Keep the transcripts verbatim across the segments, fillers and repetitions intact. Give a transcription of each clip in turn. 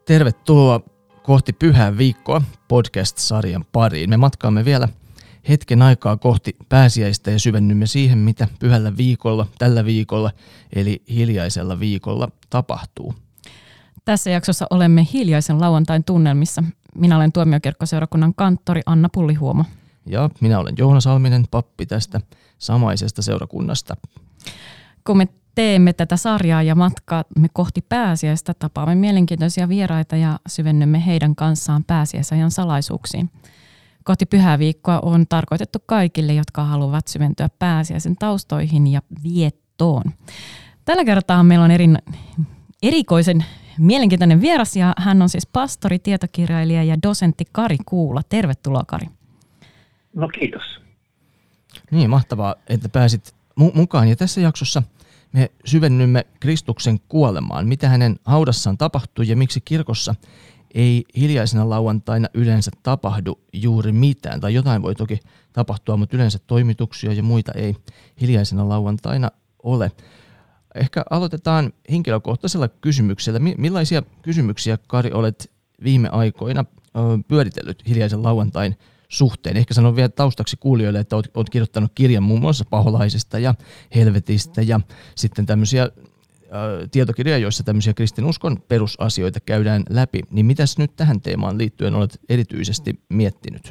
Tervetuloa kohti Pyhää viikkoa podcast-sarjan pariin. Me matkaamme vielä hetken aikaa kohti pääsiäistä ja syvennymme siihen, mitä pyhällä viikolla, tällä viikolla, eli hiljaisella viikolla tapahtuu. Tässä jaksossa olemme hiljaisen lauantain tunnelmissa. Minä olen Tuomiokirkkoseurakunnan kanttori Anna Pullihuomo. Ja minä olen Joona Salminen, pappi tästä samaisesta seurakunnasta. Kun me teemme tätä sarjaa ja matkaamme kohti pääsiäistä, tapaamme mielenkiintoisia vieraita ja syvennymme heidän kanssaan pääsiäisajan salaisuuksiin. Kohti Pyhää viikkoa on tarkoitettu kaikille, jotka haluavat syventyä pääsiäisen taustoihin ja viettoon. Tällä kertaa meillä on erin, erikoisen mielenkiintoinen vieras ja hän on siis pastori, tietokirjailija ja dosentti Kari Kuula. Tervetuloa, Kari. No kiitos. Niin, mahtavaa, että pääsit mu- mukaan. Ja tässä jaksossa me syvennymme Kristuksen kuolemaan, mitä hänen haudassaan tapahtui ja miksi kirkossa ei hiljaisena lauantaina yleensä tapahdu juuri mitään. Tai jotain voi toki tapahtua, mutta yleensä toimituksia ja muita ei hiljaisena lauantaina ole. Ehkä aloitetaan henkilökohtaisella kysymyksellä. Millaisia kysymyksiä, Kari, olet viime aikoina pyöritellyt hiljaisen lauantain suhteen? Ehkä sanon vielä taustaksi kuulijoille, että olet, olet kirjoittanut kirjan muun muassa paholaisesta ja helvetistä ja sitten tämmöisiä ä, tietokirjoja, joissa tämmöisiä kristinuskon perusasioita käydään läpi. Niin mitäs nyt tähän teemaan liittyen olet erityisesti miettinyt?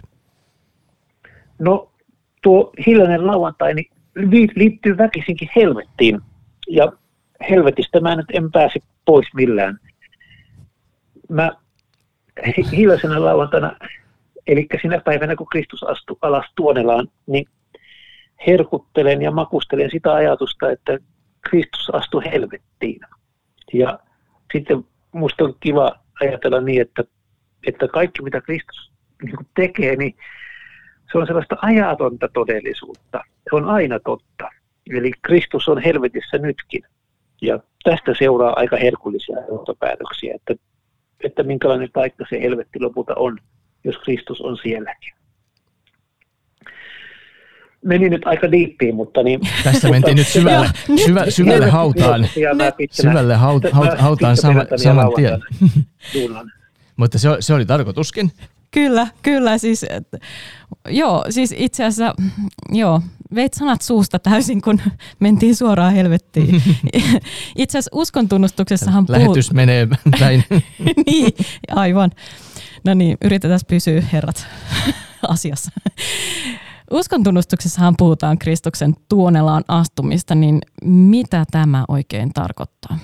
No tuo hiljainen lauantai niin liittyy väkisinkin helvettiin. Ja helvetistä mä nyt en pääse pois millään. Mä hiljaisena lauantaina, eli sinä päivänä kun Kristus astui alas Tuonelaan, niin herkuttelen ja makustelen sitä ajatusta, että Kristus astui helvettiin. Ja sitten musta on kiva ajatella niin, että, että kaikki mitä Kristus niin kuin tekee, niin se on sellaista ajatonta todellisuutta. Se on aina totta. Eli Kristus on helvetissä nytkin. Ja tästä seuraa aika herkullisia johtopäätöksiä, että, että minkälainen paikka se helvetti lopulta on, jos Kristus on sielläkin. Meni nyt aika diippiin, mutta niin... Tässä mentiin nyt syvälle, syvä, syvälle hautaan, syvälle haut, haut, hautaan saman, saman tien. Mutta se, se oli tarkoituskin. Kyllä, kyllä. Siis, et, joo, siis itse asiassa, joo, veit sanat suusta täysin, kun mentiin suoraan helvettiin. Itse asiassa uskontunnustuksessahan puhut... Lähetys menee päin. Niin, aivan. No niin, yritetään pysyä herrat asiassa. Uskontunnustuksessahan puhutaan Kristuksen Tuonelaan astumista, niin mitä tämä oikein tarkoittaa?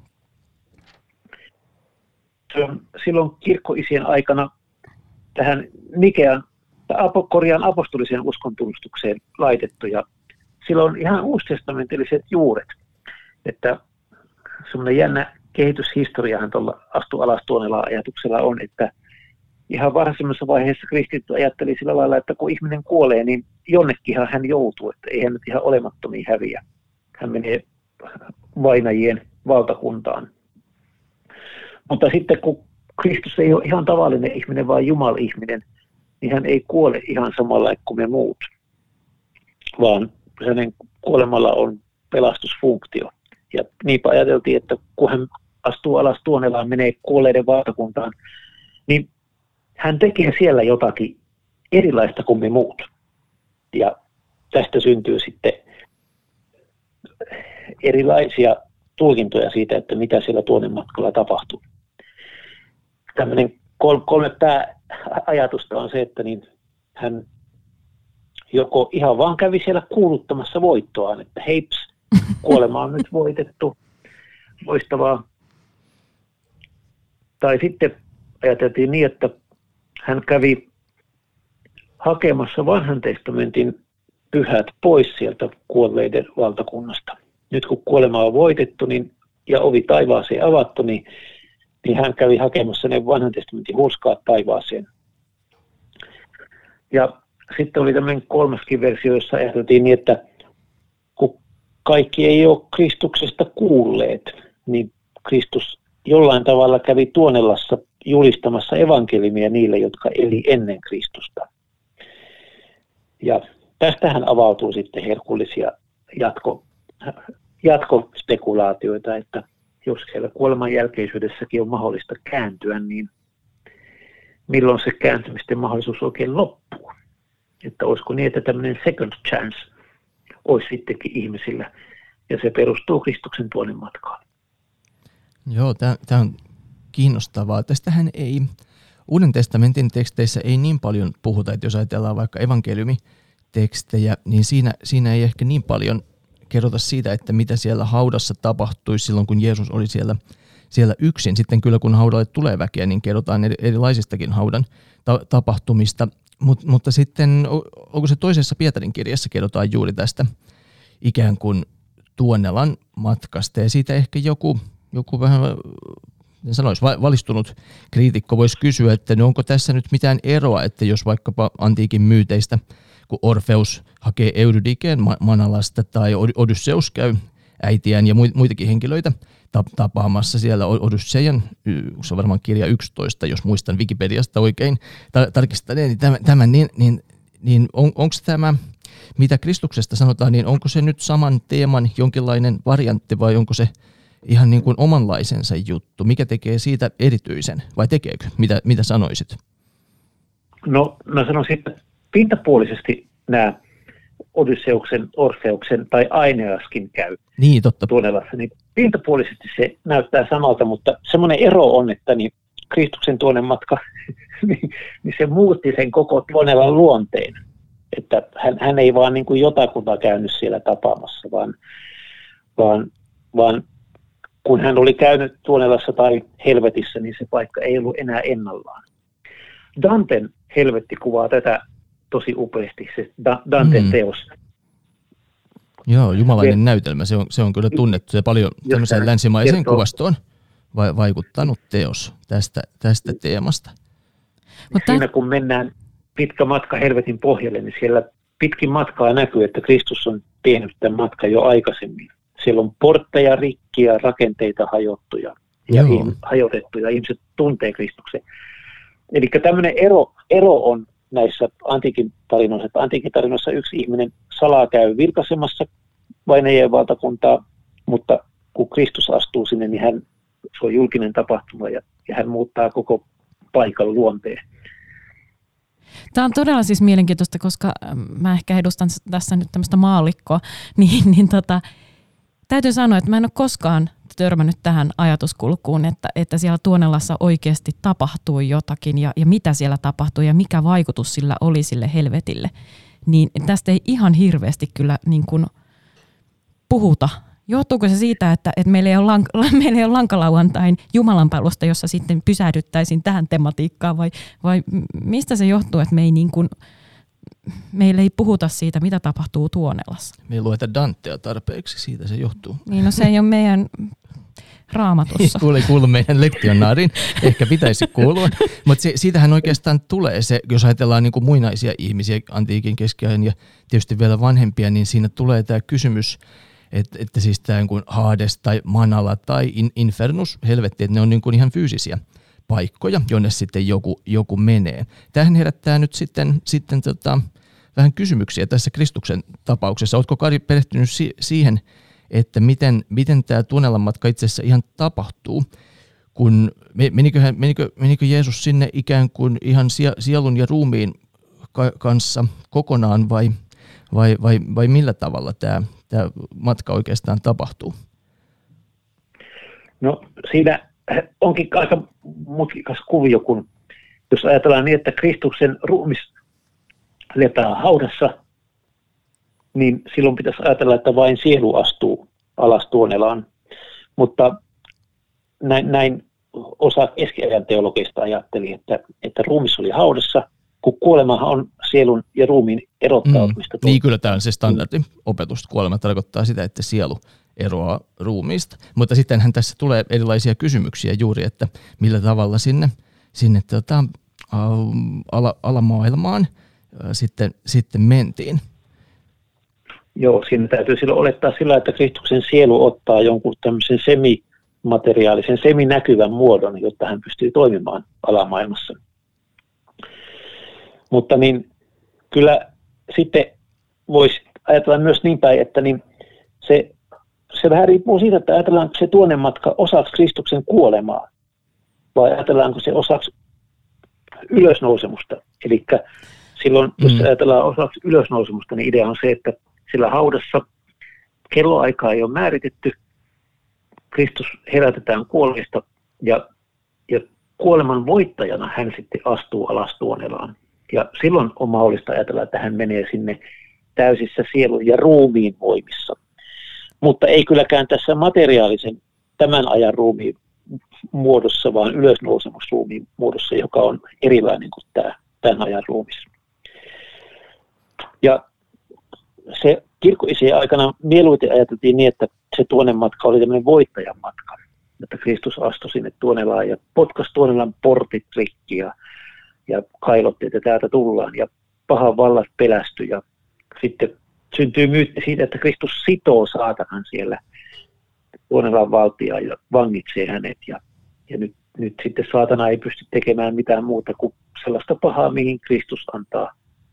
Silloin kirkkoisien aikana tähän Nikean, Korjan apostoliseen uskontunnustukseen laitettu, ja sillä on ihan uustestamentilliset juuret, että semmoinen jännä kehityshistoriahan tuolla astu alas Tuonelaan ajatuksella on, että ihan varhaisemmassa vaiheessa kristitty ajatteli sillä lailla, että kun ihminen kuolee, niin jonnekinhan hän joutuu, että ei hän nyt ihan olemattomiin häviä. Hän menee vainajien valtakuntaan. Mutta sitten kun Kristus ei ole ihan tavallinen ihminen, vaan Jumala-ihminen, niin hän ei kuole ihan samalla kuin me muut, vaan hänen kuolemalla on pelastusfunktio. Ja niinpä ajateltiin, että kun hän astuu alas Tuonelaan, menee kuolleiden valtakuntaan, niin hän tekee siellä jotakin erilaista kuin me muut. Ja tästä syntyy sitten erilaisia tulkintoja siitä, että mitä siellä Tuonematkalla tapahtuu. Tämmöinen kolme pääajatusta on se, että niin hän joko ihan vaan kävi siellä kuuluttamassa voittoaan, että heips, kuolema on nyt voitettu, loistavaa. Tai sitten ajateltiin niin, että hän kävi hakemassa vanhan testamentin pyhät pois sieltä kuolleiden valtakunnasta. Nyt kun kuolema on voitettu niin, ja ovi taivaaseen avattu, niin niin hän kävi hakemassa ne vanhan testamentin hurskaat taivaaseen. Ja sitten oli tämmöinen kolmaskin versio, jossa ajateltiin niin, että kun kaikki ei ole Kristuksesta kuulleet, niin Kristus jollain tavalla kävi Tuonelassa julistamassa evankeliumia niille, jotka eli ennen Kristusta. Ja tästähän avautuu sitten herkullisia jatko, jatkospekulaatioita, että jos siellä kuoleman jälkeisyydessäkin on mahdollista kääntyä, niin milloin se kääntymisten mahdollisuus oikein loppuu? Että olisiko niin, että tämmöinen second chance olisi sittenkin ihmisillä, ja se perustuu Kristuksen tuonne matkaan. Joo, tämä on kiinnostavaa. Tästähän ei Uuden testamentin teksteissä ei niin paljon puhuta, että jos ajatellaan vaikka evankeliumitekstejä, niin siinä, siinä ei ehkä niin paljon kerrota siitä, että mitä siellä haudassa tapahtui silloin, kun Jeesus oli siellä, siellä yksin. Sitten kyllä, kun haudalle tulee väkeä, niin kerrotaan erilaisistakin haudan ta- tapahtumista. Mut, mutta sitten, onko se toisessa Pietarin kirjassa, kerrotaan juuri tästä ikään kuin Tuonelan matkasta, ja siitä ehkä joku, joku vähän, sanoisi, valistunut kriitikko voisi kysyä, että no onko tässä nyt mitään eroa, että jos vaikkapa antiikin myyteistä, kun Orfeus hakee Eurydikeen Manalasta tai Odysseus käy äitiään ja muitakin henkilöitä tapaamassa siellä Odysseian, se on varmaan kirja yksitoista, jos muistan Wikipediasta oikein tar- tarkistaneen, niin, tämän, tämän, niin, niin, niin on, onko tämä, mitä Kristuksesta sanotaan, niin onko se nyt saman teeman jonkinlainen variantti vai onko se ihan niin kuin omanlaisensa juttu? Mikä tekee siitä erityisen vai tekeekö? Mitä, mitä sanoisit? No mä sanoisin, että pintapuolisesti nämä Odysseuksen, Orfeuksen tai Aineaskin käy niin, totta. Tuonelassa, niin pintapuolisesti se näyttää samalta, mutta semmoinen ero on, että niin Kristuksen tuonne matka, niin, niin se muutti sen koko Tuonelan luonteen. Että hän, hän ei vaan niin kuin jotakuta käynyt siellä tapaamassa, vaan, vaan, vaan kun hän oli käynyt Tuonelassa tai helvetissä, niin se paikka ei ollut enää ennallaan. Danten helvetti kuvaa tätä tosi upeasti, se da- Danten mm. teos. Joo, jumalainen ja, näytelmä, se on, se on kyllä tunnettu ja paljon tämmöiseen länsimaiseen kertoo, kuvastoon va- vaikuttanut teos tästä, tästä teemasta. Mutta siinä kun mennään pitkä matka helvetin pohjalle, niin siellä pitkin matkaa näkyy, että Kristus on tehnyt tämän matkan jo aikaisemmin. Siellä on portteja rikkiä, rakenteita hajottuja ja ihm, hajotettuja, ihmiset tuntee Kristuksen. Eli tämmöinen ero, ero on näissä antiikin tarinoissa, että antiikin tarinoissa yksi ihminen salaa käy vilkaisemassa vainajien valtakuntaa, mutta kun Kristus astuu sinne, niin hän, se on julkinen tapahtuma ja, ja hän muuttaa koko paikan luonteen. Tämä on todella siis mielenkiintoista, koska mä ehkä edustan tässä nyt tämmöistä maallikkoa, niin, niin tota, täytyy sanoa, että mä en ole koskaan törmännyt tähän ajatuskulkuun, että, että siellä Tuonelassa oikeasti tapahtui jotakin ja, ja mitä siellä tapahtui ja mikä vaikutus sillä oli sille helvetille. Niin tästä ei ihan hirveästi kyllä niin kuin puhuta. Johtuuko se siitä, että, että meillä ei ole, lank- meillä ei ole lankalauantain jumalanpalvelusta, jossa sitten pysähdyttäisiin tähän tematiikkaan, vai, vai mistä se johtuu, että me ei niin kuin, meillä ei puhuta siitä, mitä tapahtuu Tuonelassa? Me ei lueta Dantea tarpeeksi, siitä se johtuu. Niin, no se ei ole meidän Raamatussa. Kuule, kuulu meidän lektionaariin, ehkä pitäisi kuulua. Mutta siitähän oikeastaan tulee se, jos ajatellaan niin kuin muinaisia ihmisiä, antiikin, keskiajan ja tietysti vielä vanhempia, niin siinä tulee tämä kysymys, että, että siis tämä niin kuin Hades tai Manala tai Infernus, helvetti, että ne on niin kuin ihan fyysisiä paikkoja, jonne sitten joku, joku menee. Tämähän herättää nyt sitten, sitten tota, vähän kysymyksiä tässä Kristuksen tapauksessa. Oletko Kari perehtynyt si- siihen, että miten, miten tämä Tuonelan matka itse asiassa ihan tapahtuu, kun menikö, menikö, menikö Jeesus sinne ikään kuin ihan sielun ja ruumiin ka- kanssa kokonaan vai, vai, vai, vai millä tavalla tämä, tämä matka oikeastaan tapahtuu? No siinä onkin aika mutkikas kuvio, kun jos ajatellaan niin, että Kristuksen ruumis lepää haudassa, niin silloin pitäisi ajatella, että vain sielu astuu alas Tuonelaan. Mutta näin, näin osa keskiajan teologista ajatteli, että, että ruumis oli haudassa, kun kuolemahan on sielun ja ruumiin erottautumista. Mm. Niin kyllä tämä on se standardi opetus. Kuolema tarkoittaa sitä, että sielu eroaa ruumiista. Mutta sittenhän tässä tulee erilaisia kysymyksiä juuri, että millä tavalla sinne, sinne tota, ala, alamaailmaan sitten, sitten mentiin. Joo, siinä täytyy silloin olettaa sillä, että Kristuksen sielu ottaa jonkun tämmöisen semimateriaalisen, seminäkyvän muodon, jotta hän pystyy toimimaan alamaailmassa. Mutta niin, kyllä sitten voisi ajatella myös niin päin, että niin se se vähän riippuu siitä, että ajatellaanko se tuonne matka osaksi Kristuksen kuolemaa vai ajatellaanko se osaksi ylösnousemusta. Eli silloin, jos mm. ajatellaan osaksi ylösnousemusta, niin idea on se, että sillä haudassa kelloaikaa ei ole määritetty, Kristus herätetään kuolleista ja, ja kuoleman voittajana hän sitten astuu alas tuonelaan. Ja silloin on mahdollista ajatella, että hän menee sinne täysissä sielun ja ruumiin voimissa. Mutta ei kylläkään tässä materiaalisen tämän ajan ruumiin muodossa, vaan ylösnousemusruumiin muodossa, joka on erilainen kuin tämä tämän ajan ruumis. Ja se kirkkoisien aikana mieluiten ajateltiin niin, että se tuonne matka oli tämmöinen voittajan matka. Että Kristus astui sinne Tuonelaan ja potkasi Tuonelan portit rikki ja, ja kailotti, että täältä tullaan. Ja pahan vallat pelästyi ja sitten syntyy myytti siitä, että Kristus sitoo saatanan siellä Tuonelan valtiaan ja vangitsee hänet. Ja, ja nyt, nyt sitten saatana ei pysty tekemään mitään muuta kuin sellaista pahaa, mihin Kristus antaa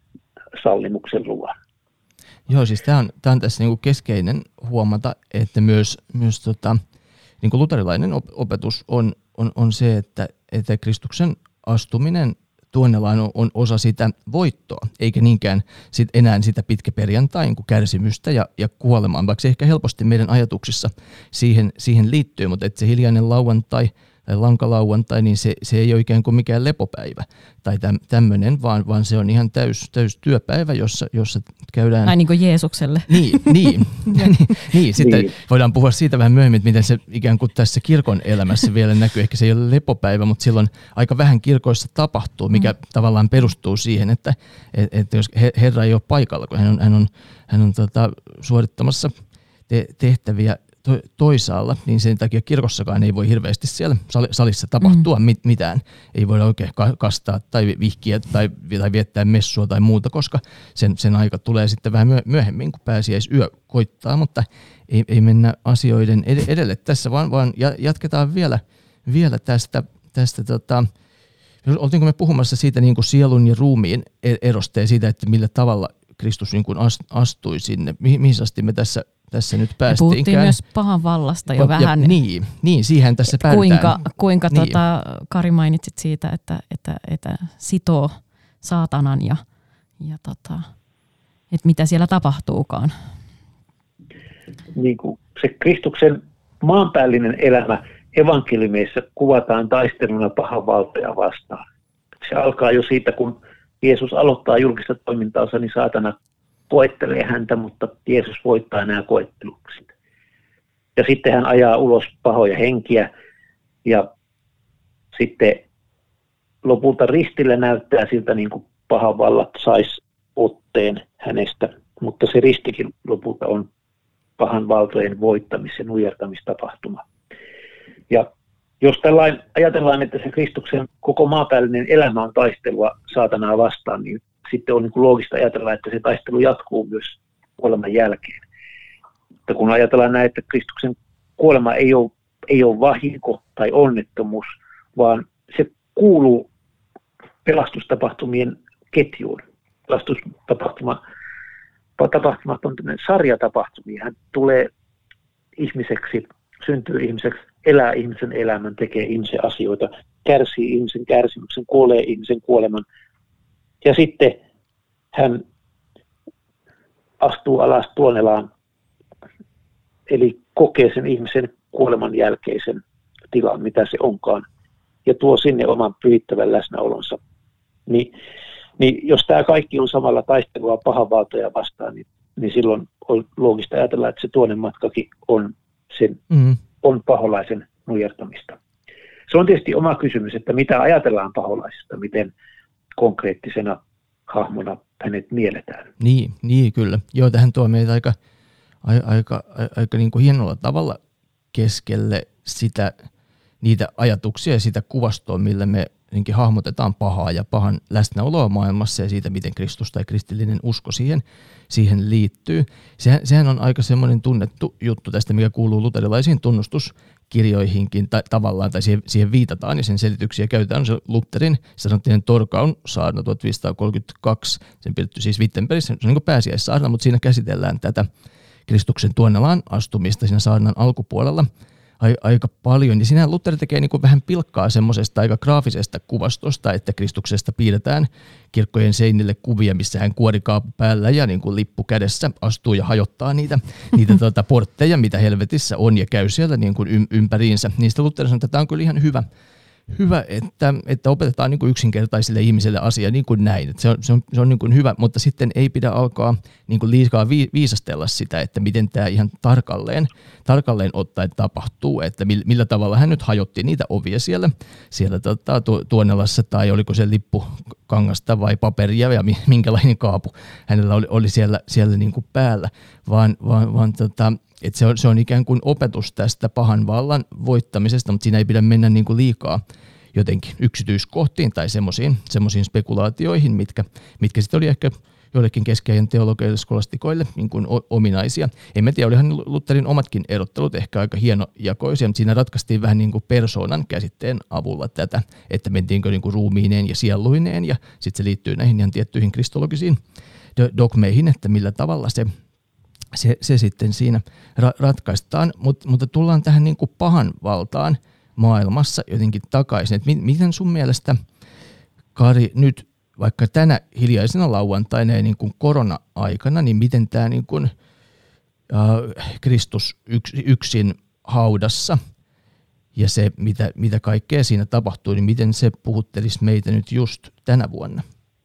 sallimuksen luvan. Joo, siis tämä on, tämä on tässä niinku keskeinen huomata, että myös, myös tota, niinku luterilainen opetus on, on, on se, että, että Kristuksen astuminen Tuonelaan on, on osa sitä voittoa, eikä niinkään sit enää sitä pitkäperjantain niinku kärsimystä ja, ja kuolemaa, vaikka se ehkä helposti meidän ajatuksissa siihen, siihen liittyy, mutta että se hiljainen lauantai tai lankalauantai, niin se, se ei ole ikään kuin mikään lepopäivä tai tämmöinen, vaan, vaan se on ihan täys, täys työpäivä, jossa, jossa käydään... Ai niin kuin Jeesukselle. Niin, niin, niin. Sitten niin. Voidaan puhua siitä vähän myöhemmin, miten se ikään kuin tässä kirkon elämässä vielä näkyy. Ehkä se ei ole lepopäivä, mutta silloin aika vähän kirkoissa tapahtuu, mikä mm. tavallaan perustuu siihen, että, että jos Herra ei ole paikalla, kun hän on, hän on, hän on tota, suorittamassa te- tehtäviä toisaalla, niin sen takia kirkossakaan ei voi hirveästi siellä salissa tapahtua mm. mitään. Ei voida oikein kastaa tai vihkiä tai, tai viettää messua tai muuta, koska sen, sen aika tulee sitten vähän myöhemmin, kun pääsiäisyö koittaa, mutta ei, ei mennä asioiden edelle tässä, vaan, vaan jatketaan vielä, vielä tästä, tästä tota, oltiinko me puhumassa siitä niin kuin sielun ja ruumiin erosta ja siitä, että millä tavalla Kristus niin kuin astui sinne, mihin asti me tässä Tässä nyt päästiin. Puhuttiin myös pahan vallasta jo ja, vähän. Niin, niin, siihen tässä päätään. Kuinka, kuinka niin. tota, Kari mainitsit siitä, että, että, että sitoo saatanan ja, ja tota, että mitä siellä tapahtuukaan. Niin kuin se Kristuksen maanpäällinen elämä evankeliumeissa kuvataan taisteluna pahan valtaa vastaan. Se alkaa jo siitä, kun Jeesus aloittaa julkista toimintaansa, niin saatana koettelee häntä, mutta Jeesus voittaa nämä koettelukset. Ja sitten hän ajaa ulos pahoja henkiä ja sitten lopulta ristillä näyttää siltä niin kuin pahan vallat sais otteen hänestä, mutta se ristikin lopulta on pahan valtojen voittamis- ja nujertamistapahtuma. Ja jos tällainen ajatellaan, että se Kristuksen koko maapäällinen elämä on taistelua saatanaa vastaan, niin sitten on niin kuin loogista ajatella, että se taistelu jatkuu myös kuoleman jälkeen. Mutta kun ajatellaan näin, että Kristuksen kuolema ei ole, ei ole vahinko tai onnettomuus, vaan se kuuluu pelastustapahtumien ketjuun. Pelastustapahtumat on tämmöinen sarjatapahtumia. Hän tulee ihmiseksi, syntyy ihmiseksi, elää ihmisen elämän, tekee ihmisen asioita, kärsii ihmisen kärsimyksen, kuolee ihmisen kuoleman. Ja sitten hän astuu alas Tuonelaan, eli kokee sen ihmisen kuoleman jälkeisen tilan, mitä se onkaan, ja tuo sinne oman pyhittävän läsnäolonsa. Niin, niin jos tämä kaikki on samalla taistelua pahan valtoja vastaan, niin, niin silloin on loogista ajatella, että se tuonne matkakin on, sen, mm. on paholaisen nujertamista. Se on tietysti oma kysymys, että mitä ajatellaan paholaisesta, miten konkreettisena hahmona hänet mielletään. Niin, niin kyllä. Joo, tähän tuo meitä aika, aika, aika, aika niin kuin hienolla tavalla keskelle sitä, niitä ajatuksia ja sitä kuvastoa, millä me hahmotetaan pahaa ja pahan läsnäoloa maailmassa ja siitä, miten Kristus tai kristillinen usko siihen, siihen liittyy. Sehän, sehän on aika semmoinen tunnettu juttu tästä, mikä kuuluu luterilaisiin tunnustuskirjoihinkin ta- tavallaan, tai siihen, siihen viitataan ja sen selityksiä käytetään. On se Lutherin, se sanottiin Torgaun saarna tuhatviisisataakolmekymmentäkaksi, sen pidetty siis Wittenbergissä, se on niin kuin pääsiäissaarna, mutta siinä käsitellään tätä Kristuksen tuonnelaan astumista siinä saarnan alkupuolella aika paljon. Ja siinä Luther tekee niin kuin vähän pilkkaa semmoisesta aika graafisesta kuvastosta, että Kristuksesta piirretään kirkkojen seinille kuvia, missä hän kuorikaapu päällä ja niin kuin lippu kädessä astuu ja hajottaa niitä, niitä tuota portteja, mitä helvetissä on, ja käy siellä niin kuin ympäriinsä. Niistä Luther sanoo, että tämä on kyllä ihan hyvä. Hyvä, että, että opetetaan niin kuin yksinkertaisille ihmisille asia niin kuin näin. Se on, se on, se on niin kuin hyvä, mutta sitten ei pidä alkaa niin kuin liikaa viisastella sitä, että miten tämä ihan tarkalleen, tarkalleen ottaen tapahtuu, että millä tavalla hän nyt hajotti niitä ovia siellä, siellä tota, Tuonnelassa, tai oliko se lippu kangasta vai paperia ja minkälainen kaapu hänellä oli, oli siellä, siellä niin kuin päällä, vaan, vaan, vaan tota, että se on, se on ikään kuin opetus tästä pahan vallan voittamisesta, mutta siinä ei pidä mennä niin kuin liikaa jotenkin yksityiskohtiin tai semmoisiin, semmoisiin spekulaatioihin, mitkä, mitkä sitten oli ehkä joillekin keskiajan teologeille, skolastikoille niin kuin ominaisia. En mä tiedä, olihan Lutherin omatkin erottelut ehkä aika hienojakoisia, mutta siinä ratkaistiin vähän niin kuin persoonan käsitteen avulla tätä, että mentiinkö niin kuin ruumiineen ja sieluineen, ja sitten se liittyy näihin ihan tiettyihin kristologisiin dogmeihin, että millä tavalla se Se, se sitten siinä ra- ratkaistaan, Mut, mutta tullaan tähän niin kuin pahan valtaan maailmassa jotenkin takaisin. Et mi- miten sun mielestä, Kari, nyt vaikka tänä hiljaisena lauantaina ja niin kuin korona-aikana, niin miten tämä niin kuin, äh, Kristus yks, yksin haudassa ja se, mitä, mitä kaikkea siinä tapahtuu, niin miten se puhuttelisi meitä nyt just tänä vuonna?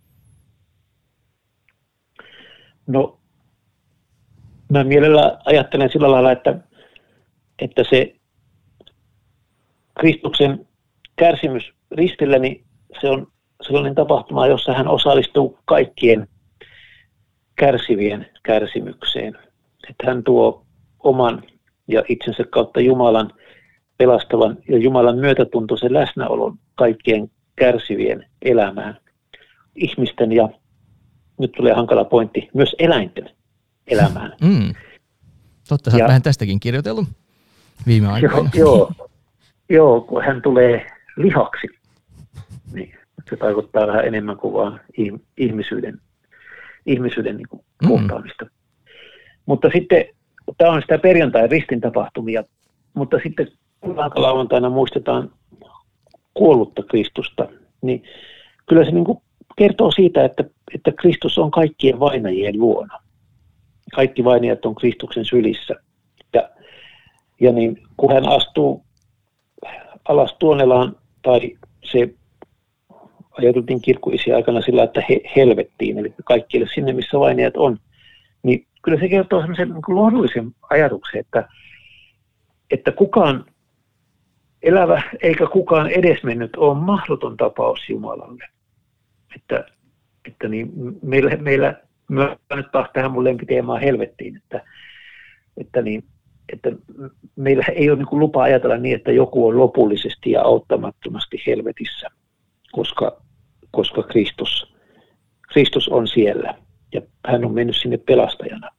No, mä mielellä ajattelen sillä lailla, että, että se Kristuksen kärsimys ristillä, niin se on sellainen tapahtuma, jossa hän osallistuu kaikkien kärsivien kärsimykseen. Että hän tuo oman ja itsensä kautta Jumalan pelastavan ja Jumalan myötätuntoisen läsnäolon kaikkien kärsivien elämään. Ihmisten ja, nyt tulee hankala pointti, myös eläinten elämään. Mm. Totta, sä oot vähän tästäkin kirjoitellut viime aikoina. Joo, joo, joo, kun hän tulee lihaksi, niin se tarkoittaa vähän enemmän kuin vaan ihmisyyden, ihmisyyden niin kuin mm. kohtaamista. Mutta sitten, tämä on sitä perjantain ristin tapahtumia, mutta sitten lauantaina muistetaan kuollutta Kristusta, niin kyllä se niin kuin kertoo siitä, että, että Kristus on kaikkien vainajien luona. Kaikki vainajat on Kristuksen sylissä. Ja, ja niin, kun hän astuu alas Tuonelaan, tai se ajateltiin kirkkoisien aikana sillä, että he, helvettiin, eli kaikille sinne, missä vainajat on, niin kyllä se kertoo sellaisen niin kuin lohdullisen ajatuksen, että, että kukaan elävä eikä kukaan edesmennyt ole mahdoton tapaus Jumalalle. Että, että niin meillä, meillä myös nyt taas tähän mun lempiteemaan helvettiin, että, että, niin, että meillä ei ole niin kuin lupa ajatella niin, että joku on lopullisesti ja auttamattomasti helvetissä, koska, koska Kristus, Kristus on siellä ja hän on mennyt sinne pelastajana.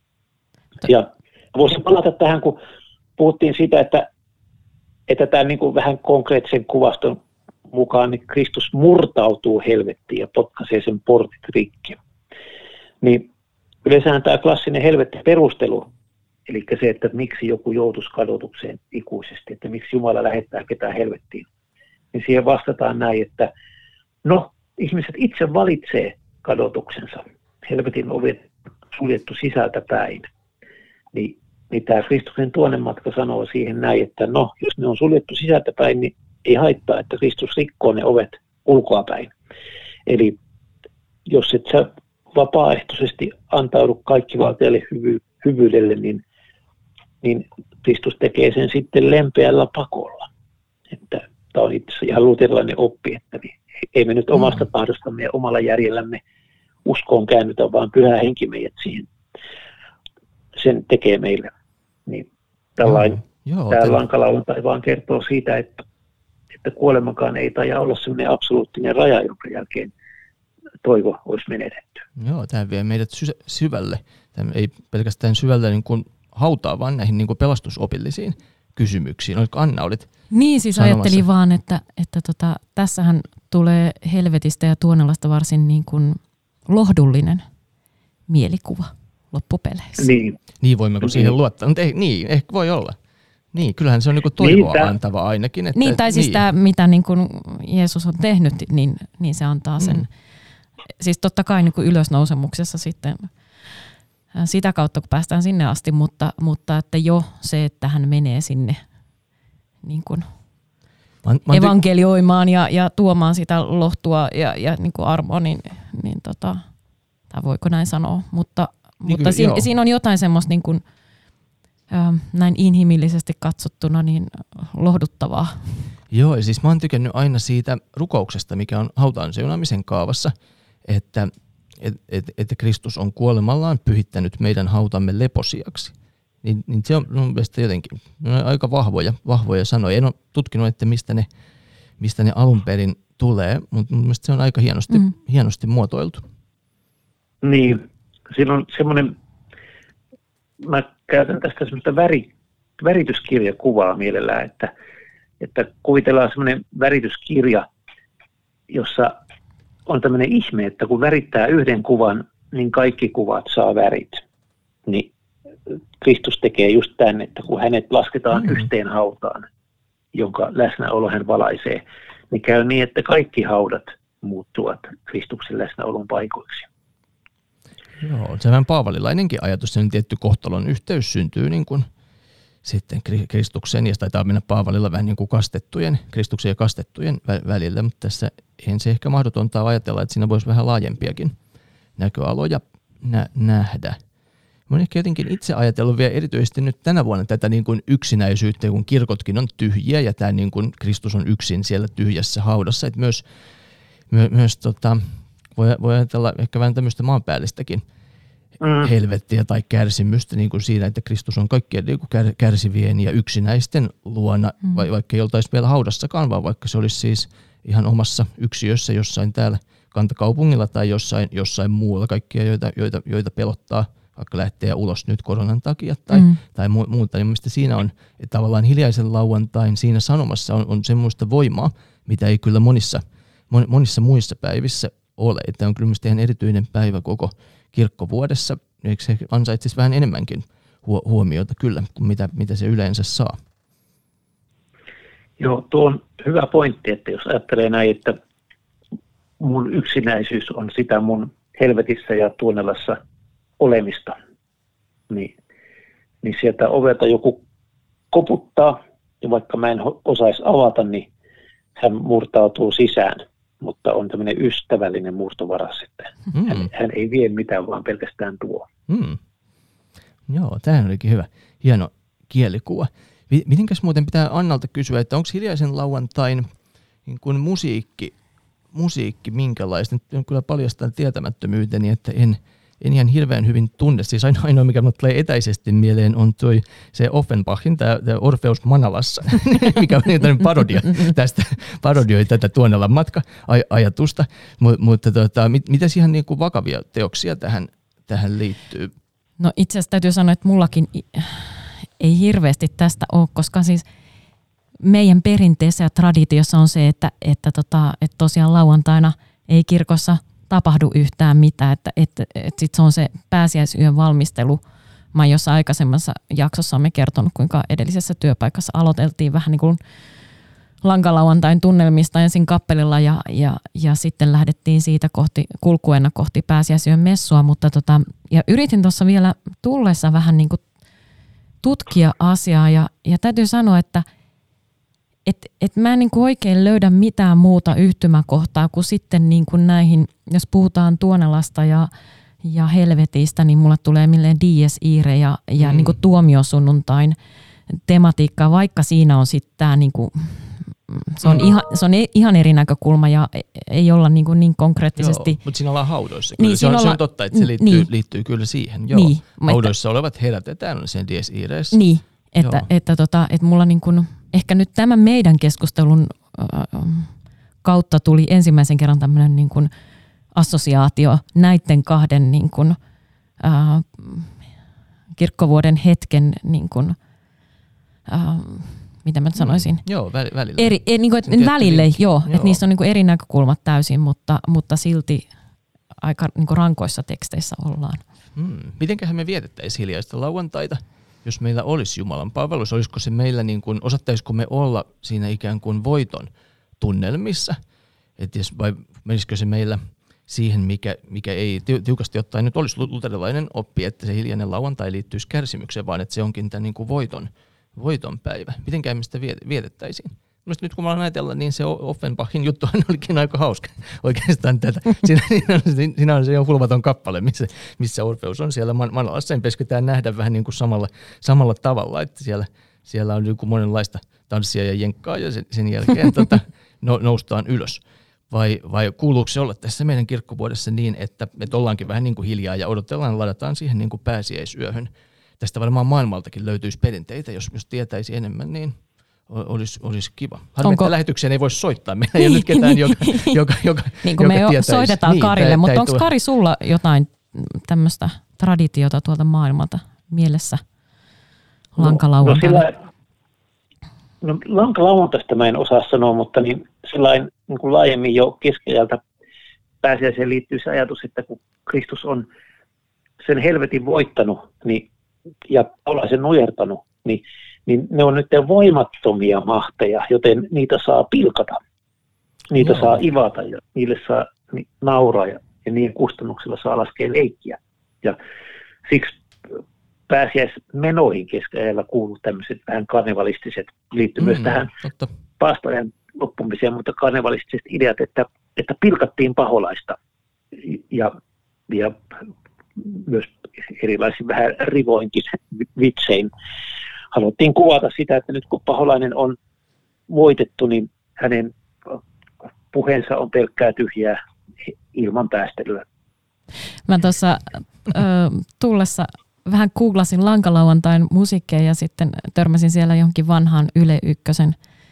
Ja voisin palata tähän, kun puhuttiin siitä, että, että tämä niin kuin vähän konkreettisen kuvaston mukaan niin Kristus murtautuu helvettiin ja potkaisee sen portit rikki. Niin yleensähän tämä klassinen helvetti-perustelu, eli se, että miksi joku joutuisi kadotukseen ikuisesti, että miksi Jumala lähettää ketään helvettiin, niin siihen vastataan näin, että no, ihmiset itse valitsee kadotuksensa. Helvetin ovet suljettu sisältä päin. Niin, niin tämä Kristuksen tuonnematka sanoo siihen näin, että no, jos ne on suljettu sisältä päin, niin ei haittaa, että Kristus rikkoo ne ovet ulkoapäin. Eli jos et sä vapaaehtoisesti antaudu kaikkivaltialle hyvy, hyvyydelle, niin, niin Kristus tekee sen sitten lempeällä pakolla. Että tämä on itse asiassa ihan luterilainen oppi, että niin, ei me nyt omasta tahdostamme ja omalla järjellämme uskoon käännytä, vaan Pyhä Henki meidät siihen. Sen tekee meille. Niin tällainen tämä lankalauantai vaan kertoo siitä, että, että kuolemakaan ei taida olla sellainen absoluuttinen raja, jonka jälkeen toivo olisi menetetty. Joo, tämä vie meidät sy- syvälle. Tämä ei pelkästään syvälle niin kuin hautaa, vaan näihin niin kuin pelastusopillisiin kysymyksiin. Oliko Anna, olit Niin, siis sanomassa? Ajattelin vaan, että, että tota, tässähän tulee helvetistä ja Tuonelasta varsin niin kuin lohdullinen mielikuva. loppupeleissä. Niin. Niin voimmeko siihen Niin. luottaa? Mutta ei, niin, ehkä voi olla. Niin, kyllähän se on niinku toivoa Niin, antava ainakin. Että, Niin, tai siis niin. tämä, mitä niin kuin Jeesus on tehnyt, niin, niin se antaa sen. Mm. Siis totta kai niin kuin ylösnousemuksessa sitten sitä kautta, kun päästään sinne asti, mutta, mutta että jo se, että hän menee sinne niin kuin Mä, mä evankelioimaan ja, ja tuomaan sitä lohtua ja, ja niin kuin armoa, niin, niin tota, tai voiko näin sanoa, mutta, niin mutta kyllä, siinä, siinä on jotain semmoista niin kuin, äh, näin inhimillisesti katsottuna niin lohduttavaa. Joo, ja siis mä oon tykännyt aina siitä rukouksesta, mikä on hautaan siunaamisen kaavassa, että et, et, että Kristus on kuolemallaan pyhittänyt meidän hautamme leposiaksi. Niin, niin se on mun mielestä jotenkin on aika vahvoja, vahvoja sanoja. En ole tutkinut, että mistä ne, mistä ne alun perin tulee, mutta mun mielestä se on aika hienosti, mm. hienosti muotoiltu. Niin, siinä on semmoinen, mä käytän tästä semmoista väri, värityskirjakuvaa mielellään, että, että kuvitellaan semmoinen värityskirja, jossa on tämmöinen ihme, että kun värittää yhden kuvan, niin kaikki kuvat saa värit. Niin Kristus tekee just tämän, että kun hänet lasketaan mm-hmm. yhteen hautaan, jonka läsnäolo hän valaisee, niin käy niin, että kaikki haudat muuttuvat Kristuksen läsnäolon paikoiksi. Joo, se vähän paavalilainenkin ajatus, sen tietty kohtalon yhteys syntyy niin kuin sitten Kristuksen, ja taitaa mennä Paavalilla vähän niin kuin kastettujen, Kristuksen ja kastettujen välillä, mutta tässä eihän se ehkä mahdotonta ajatella, että siinä voisi vähän laajempiakin näköaloja nä- nähdä. Mä oon ehkä jotenkin itse ajatellut vielä erityisesti nyt tänä vuonna tätä niin kuin yksinäisyyttä, kun kirkotkin on tyhjiä ja tämä niin kuin Kristus on yksin siellä tyhjässä haudassa, että myös, my, myös tota, voi, voi ajatella ehkä vähän tämmöistä maanpäällistäkin mm. helvettiä tai kärsimystä niin kuin siinä, että Kristus on kaikkien niin kuin kär, kärsivien ja yksinäisten luona, mm. vaikka ei oltaisi vielä haudassakaan, vaan vaikka se olisi siis ihan omassa yksiössä jossain täällä kantakaupungilla tai jossain, jossain muualla kaikkia, joita, joita, joita pelottaa, vaikka lähtee ulos nyt koronan takia tai, mm. tai mu- muuta. Niin mielestäni siinä on, että tavallaan hiljaisen lauantain siinä sanomassa on, on semmoista voimaa, mitä ei kyllä monissa, monissa muissa päivissä ole. Että on kyllä mielestäni ihan erityinen päivä koko kirkkovuodessa. Eikö se ansaitsisi vähän enemmänkin huomiota kyllä kuin mitä, mitä se yleensä saa? Joo, tuo on hyvä pointti, että jos ajattelee näin, että mun yksinäisyys on sitä mun helvetissä ja tuonelassa olemista, niin, niin sieltä ovelta joku koputtaa, ja vaikka mä en osaisi avata, niin hän murtautuu sisään, mutta on tämmöinen ystävällinen murtovaras sitten. Mm. Hän, hän ei vie mitään, vaan pelkästään tuo. Mm. Joo, tämähän olikin hyvä. Hieno kielikuva. Mitenkäs muuten pitää Annalta kysyä, että onko hiljaisen lauantain niin kuin musiikki, musiikki minkälaista? Nyt kyllä paljastan tietämättömyyteni, että en, en ihan hirveän hyvin tunne. Siis ainoa, mikä minulle tulee etäisesti mieleen, on toi se Offenbachin, tämä Orfeus Manalassa, mikä on niin parodia tästä, parodioi tätä Tuonelan matka-ajatusta. Mut, mutta tota, mit, mitäs ihan niin kuin vakavia teoksia tähän, tähän liittyy? No itse asiassa täytyy sanoa, että mullakin ei hirveästi tästä ole, koska siis meidän perinteessä ja traditiossa on se, että, että, tota, että tosiaan lauantaina ei kirkossa tapahdu yhtään mitään, että, että, että sit se on se pääsiäisyön valmistelu. Mä oon jossain aikaisemmassa jaksossa me kertonut, kuinka edellisessä työpaikassa aloiteltiin vähän niin kuin lankalauantain tunnelmista ensin kappelilla ja, ja, ja sitten lähdettiin siitä kohti, kulkuena kohti pääsiäisyön messua, mutta tota, ja yritin tuossa vielä tullessa vähän niin kuin tutkia asiaa ja, ja täytyy sanoa, että et, et mä en niin kuin oikein löydä mitään muuta yhtymäkohtaa kuin sitten niin kuin näihin, jos puhutaan Tuonelasta ja, ja helvetistä, niin mulle tulee milleen Dies Irae ja, ja mm. niin kuin tuomiosunnuntain tematiikkaa, vaikka siinä on sitten tämä niin kuin Se on, ihan, se on ihan eri näkökulma ja ei olla niin, kuin niin konkreettisesti. Joo, mutta siinä ollaan haudoissa. Kyllä. Niin, se, on, olla, se on totta, että se liittyy, niin, liittyy kyllä siihen. Joo. Niin, haudoissa että, olevat herätetään on sen Dies Iraeessa. Niin, että, että, tota, että mulla niin kuin, ehkä nyt tämän meidän keskustelun äh, kautta tuli ensimmäisen kerran tämmöinen niin kuin assosiaatio näiden kahden niin kuin, äh, kirkkovuoden hetken niin kuin, äh, mitä mä sanoisin? Mm, joo, välillä. Eri, e, niin kuin, että välille, joo, joo. Että niissä on niin kuin eri näkökulmat täysin, mutta, mutta silti aika niin kuin rankoissa teksteissä ollaan. Hmm. Mitenköhän me vietettäisiin hiljaista lauantaita, jos meillä olisi Jumalan palvelus? Olisiko se meillä, niin kuin, osattaisiko me olla siinä ikään kuin voiton tunnelmissa? Et jos, vai menisikö se meillä siihen, mikä, mikä ei tiukasti ottaen nyt olisi luterilainen oppi, että se hiljainen lauantai liittyisi kärsimykseen, vaan että se onkin tämä niin kuin voiton, voiton päivä. Mitenkään me sitä vietettäisiin? Mielestäni nyt kun mä olen ajatella, niin se Offenbachin juttuhan olikin aika hauska oikeastaan tätä. Siinä, siinä on se jo hulvaton kappale, missä, missä Orfeus on siellä Manalassa. Sen pesketään nähdä vähän niin kuin samalla, samalla tavalla, että siellä, siellä on joku monenlaista tanssia ja jenkkaa ja sen, sen jälkeen tota, no, noustaan ylös. Vai, vai kuuluuko se olla tässä meidän kirkkovuodessa niin, että me ollaankin vähän niin kuin hiljaa ja odotellaan, ladataan siihen niin kuin pääsiäisyöhön. Tästä varmaan maailmaltakin löytyisi perinteitä, jos, jos tietäisi enemmän, niin olisi, olisi kiva. Harmi, että lähetykseen ei voisi soittaa. Meillä ei ole nyt ketään, joka, joka, joka, niin kuin joka me tietäisi. Soitetaan niin, Karille, tää, mutta onko Kari sulla jotain tämmöistä traditiota tuolta maailmalta mielessä lankalauantaina? No, no, no lankalauantaista mä en osaa sanoa, mutta niin sillain niin kuin laajemmin jo keskiajalta pääsiäiseen liittyy se ajatus, että kun Kristus on sen helvetin voittanut niin, ja Paulaisen nujertanut, niin, niin ne on nyt voimattomia mahteja, joten niitä saa pilkata, niitä no. saa ivata ja niille saa nauraa ja, ja niiden kustannuksilla saa laskea leikkiä. Ja siksi pääsiäismenoihin keskiajalla kuuluu tämmöiset vähän karnevalistiset, liittyy mm, myös tähän paastojen loppumiseen, mutta karnevalistiset ideat, että, että pilkattiin paholaista ja, ja myös erilaisin vähän rivoinkin vitsein. Haluttiin kuvata sitä, että nyt kun paholainen on voitettu, niin hänen puheensa on pelkkää tyhjää ilman päästelyä. Mä tuossa tullessa vähän googlasin lankalauantain musiikkia ja sitten törmäsin siellä johonkin vanhaan Yle Ykkösen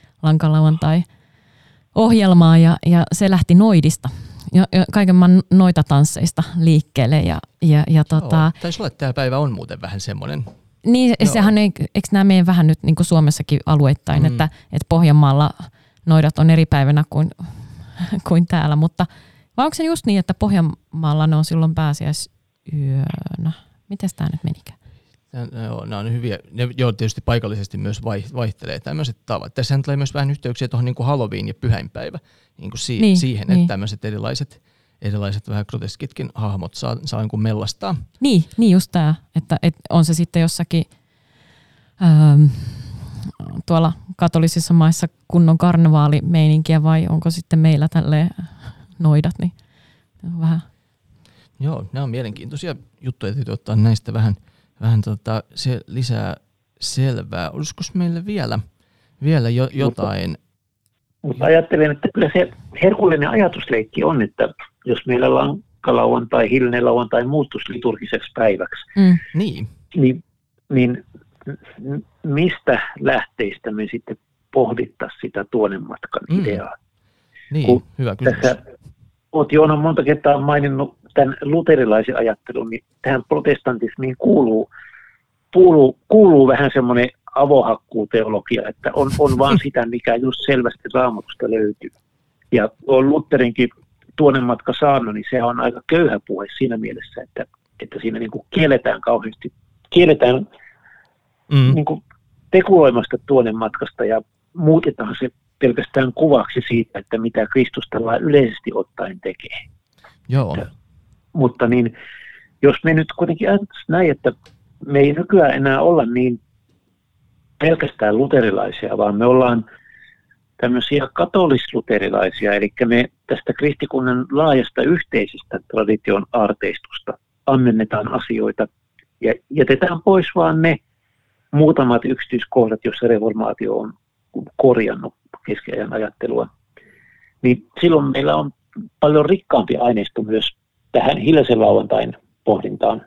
lankalauantai-ohjelmaan ja, ja se lähti noidista. Ja, ja kaiken maan noita tansseista liikkeelle. Ja, ja, ja tota, taisi olla, että tämä päivä on muuten vähän semmoinen. Niin, Joo. sehän ei, eikö nämä mene vähän nyt niin kuin Suomessakin alueittain, mm. että, että Pohjanmaalla noidat on eri päivänä kuin, kuin täällä, mutta vai onko se just niin, että Pohjanmaalla ne on silloin pääsiäisyönä? Mites tämä nyt menikään? Joo, nämä on hyviä. Ne, joo, tietysti paikallisesti myös vaihtelee tämmöiset tavat. Tässähän tulee myös vähän yhteyksiä tuohon niin kuin Halloween ja pyhäinpäivä niin kuin si- niin, siihen, niin. Että tämmöiset erilaiset, erilaiset vähän groteskitkin hahmot saa, saa niin kuin mellastaa. Niin, niin just tämä, että, että on se sitten jossakin ähm, tuolla katolisissa maissa kunnon karnevaalimeininkiä vai onko sitten meillä tälleen noidat, niin vähän. Joo, nämä on mielenkiintoisia juttuja, täytyy ottaa näistä vähän Vähän tota, se lisää selvää. Olisiko meillä vielä, vielä jo, jotain? Mutta, mutta ajattelen, että kyllä se herkullinen ajatusleikki on, että jos meillä lankalauantai, hiljainen lauantai muuttuisi liturgiseksi päiväksi, mm. niin, niin, niin mistä lähteistä me sitten pohdittaisiin sitä tuonnematkan mm. ideaa? Niin, kun hyvä kysymys. Tässä olet Joona monta kertaa maininnut tämän luterilaisen ajattelun, niin tähän protestantismiin kuuluu, kuuluu, kuuluu vähän semmoinen avohakkuuteologia, että on, on vaan sitä, mikä just selvästi Raamatusta löytyy. Ja tuo Lutherinkin tuonnematka saanut, niin se on aika köyhä puhe siinä mielessä, että, että siinä niin kuin kielletään kauheasti, kielletään mm. niin kuin spekuloimasta tuonnematkasta ja muutetaan se pelkästään kuvaksi siitä, että mitä Kristus tällä yleisesti ottaen tekee. Joo. Ja, mutta niin, jos me nyt kuitenkin ajatellaan näin, että me ei nykyään enää olla niin pelkästään luterilaisia, vaan me ollaan tämmöisiä katolis-luterilaisia, eli me tästä kristikunnan laajasta yhteisestä tradition aarteistusta ammennetaan asioita ja jätetään pois vaan ne muutamat yksityiskohdat, joissa reformaatio on korjannut keskiajan ajattelua. Niin silloin meillä on paljon rikkaampi aineisto myös tähän hiljaisen lauantain pohdintaan.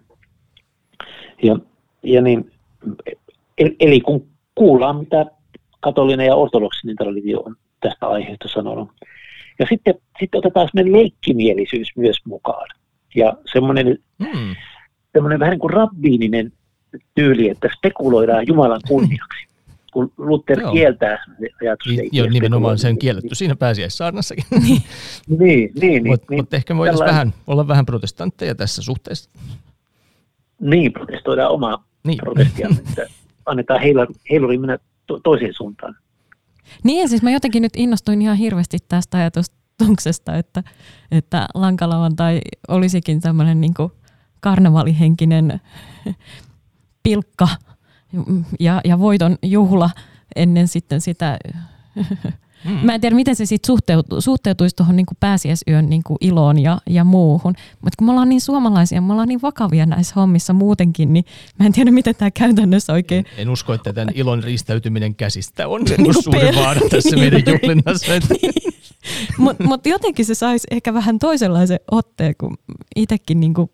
Ja, ja niin, eli kun kuullaan, mitä katolinen ja ortodoksinen traditio on tästä aiheesta sanonut. Ja sitten, sitten otetaan semmoinen leikkimielisyys myös mukaan. Ja semmoinen, mm. semmoinen vähän niin kuin rabbiininen tyyli, että spekuloidaan Jumalan kunniaksi. kun Luther Joo. kieltää ajatuksia. Joo, nimenomaan se on kielletty siinä pääsiäissaarnassakin. Niin, niin. niin Mutta niin, mut ehkä voitaisiin tällainen... vähän, olla vähän protestantteja tässä suhteessa. Niin, protestoidaan omaa niin. protestia, että annetaan heiluri mennä to- toiseen suuntaan. Niin, siis mä jotenkin nyt innostuin ihan hirveästi tästä ajatustuksesta, että, että lankalauantai olisikin tämmöinen niin kuin karnevalihenkinen pilkka ja, ja voiton juhla ennen sitten sitä. Mm. Mä en tiedä, miten se sitten suhteutu, suhteutuisi tuohon niin pääsiäisyön niin kuin iloon ja, ja muuhun. Mutta kun me ollaan niin suomalaisia, me ollaan niin vakavia näissä hommissa muutenkin, niin mä en tiedä, miten tämä käytännössä oikein... En, en usko, että tämän ilon riistäytyminen käsistä on niin suuri per... vaara tässä meidän juhlinnassa. niin. Mutta mut jotenkin se saisi ehkä vähän toisenlaisen otteen, kun itsekin niinku,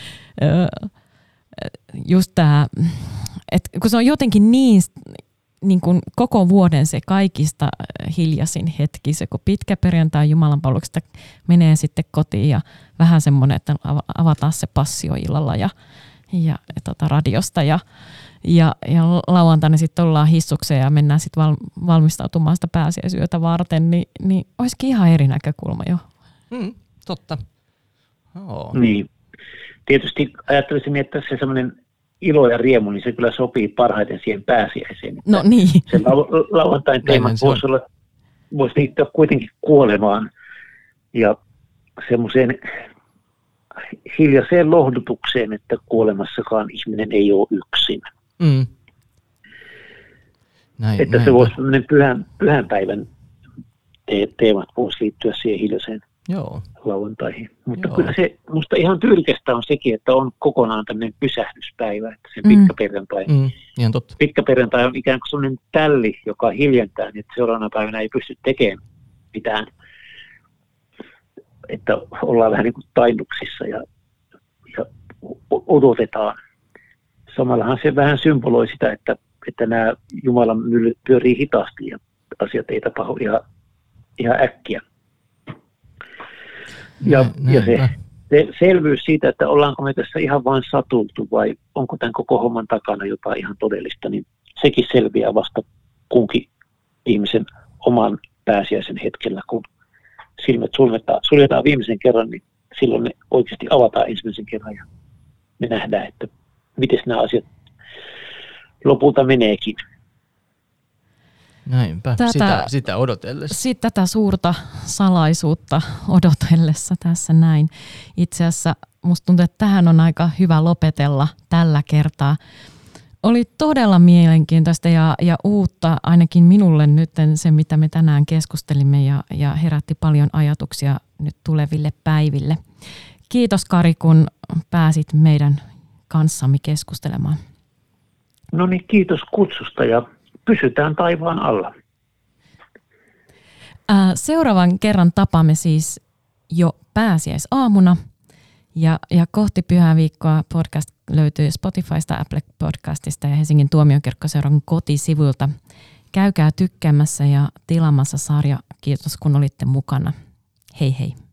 just tämä, että kun se on jotenkin niin... Niin kuin koko vuoden se kaikista hiljaisin hetki, se kun pitkä perjantai jumalanpalveluksesta menee sitten kotiin ja vähän semmoinen, että avataan se passio illalla ja, ja tota radiosta ja, ja, ja lauantaina sitten ollaan hissukseen ja mennään sitten val, valmistautumaan sitä pääsiäisyötä varten, niin, niin olisikin ihan eri näkökulma jo. Mm, totta. Oh. Niin. Tietysti ajattelisin, että se semmoinen ilo ja riemu, niin se kyllä sopii parhaiten siihen pääsiäiseen. No niin. Se lau- lauantain teemat voisi, olla, voisi liittyä kuitenkin kuolemaan ja semmoiseen hiljaiseen lohdutukseen, että kuolemassakaan ihminen ei ole yksin. Mm. Näin, että näin. se voisi semmoinen pyhän, pyhän päivän te- teemat voisi liittyä siihen hiljaiseen Joo. lauantaihin. Mutta Joo. kyllä se musta ihan tyylikästä on sekin, että on kokonaan tämmöinen pysähdyspäivä, että se Mm. pitkäperjantai. Mm, ihan totta. Pitkäperjantai on ikään kuin sellainen tälli, joka hiljentää, niin että seuraavana päivänä ei pysty tekemään mitään. Että ollaan vähän niin kuin tainnuksissa ja, ja odotetaan. Samallahan se vähän symboloi sitä, että, että nämä Jumalan myllyt pyörii hitaasti ja asiat ei tapahdu ihan, ihan äkkiä. Ja, ja se, se selvyys siitä, että ollaanko me tässä ihan vain satultu vai onko tämän koko homman takana jotain ihan todellista, niin sekin selviää vasta kunkin ihmisen oman pääsiäisen hetkellä, kun silmät suljetaan, suljetaan viimeisen kerran, niin silloin ne oikeasti avataan ensimmäisen kerran ja me nähdään, että miten nämä asiat lopulta meneekin. Näinpä, Tätä, sitä, sitä odotellessa. Sit tätä suurta salaisuutta odotellessa tässä näin. Itse asiassa musta tuntuu, että tähän on aika hyvä lopetella tällä kertaa. Oli todella mielenkiintoista ja, ja uutta ainakin minulle nyt se, mitä me tänään keskustelimme ja, ja herätti paljon ajatuksia nyt tuleville päiville. Kiitos Kari, kun pääsit meidän kanssamme keskustelemaan. No niin, kiitos kutsusta ja pysytään taivaan alla. Seuraavan kerran tapaamme siis jo pääsiäisaamuna ja, ja kohti Pyhää viikkoa podcast löytyy Spotifysta, Apple Podcastista ja Helsingin tuomiokirkkoseuran kotisivuilta. Käykää tykkäämässä ja tilaamassa sarja. Kiitos kun olitte mukana. Hei hei.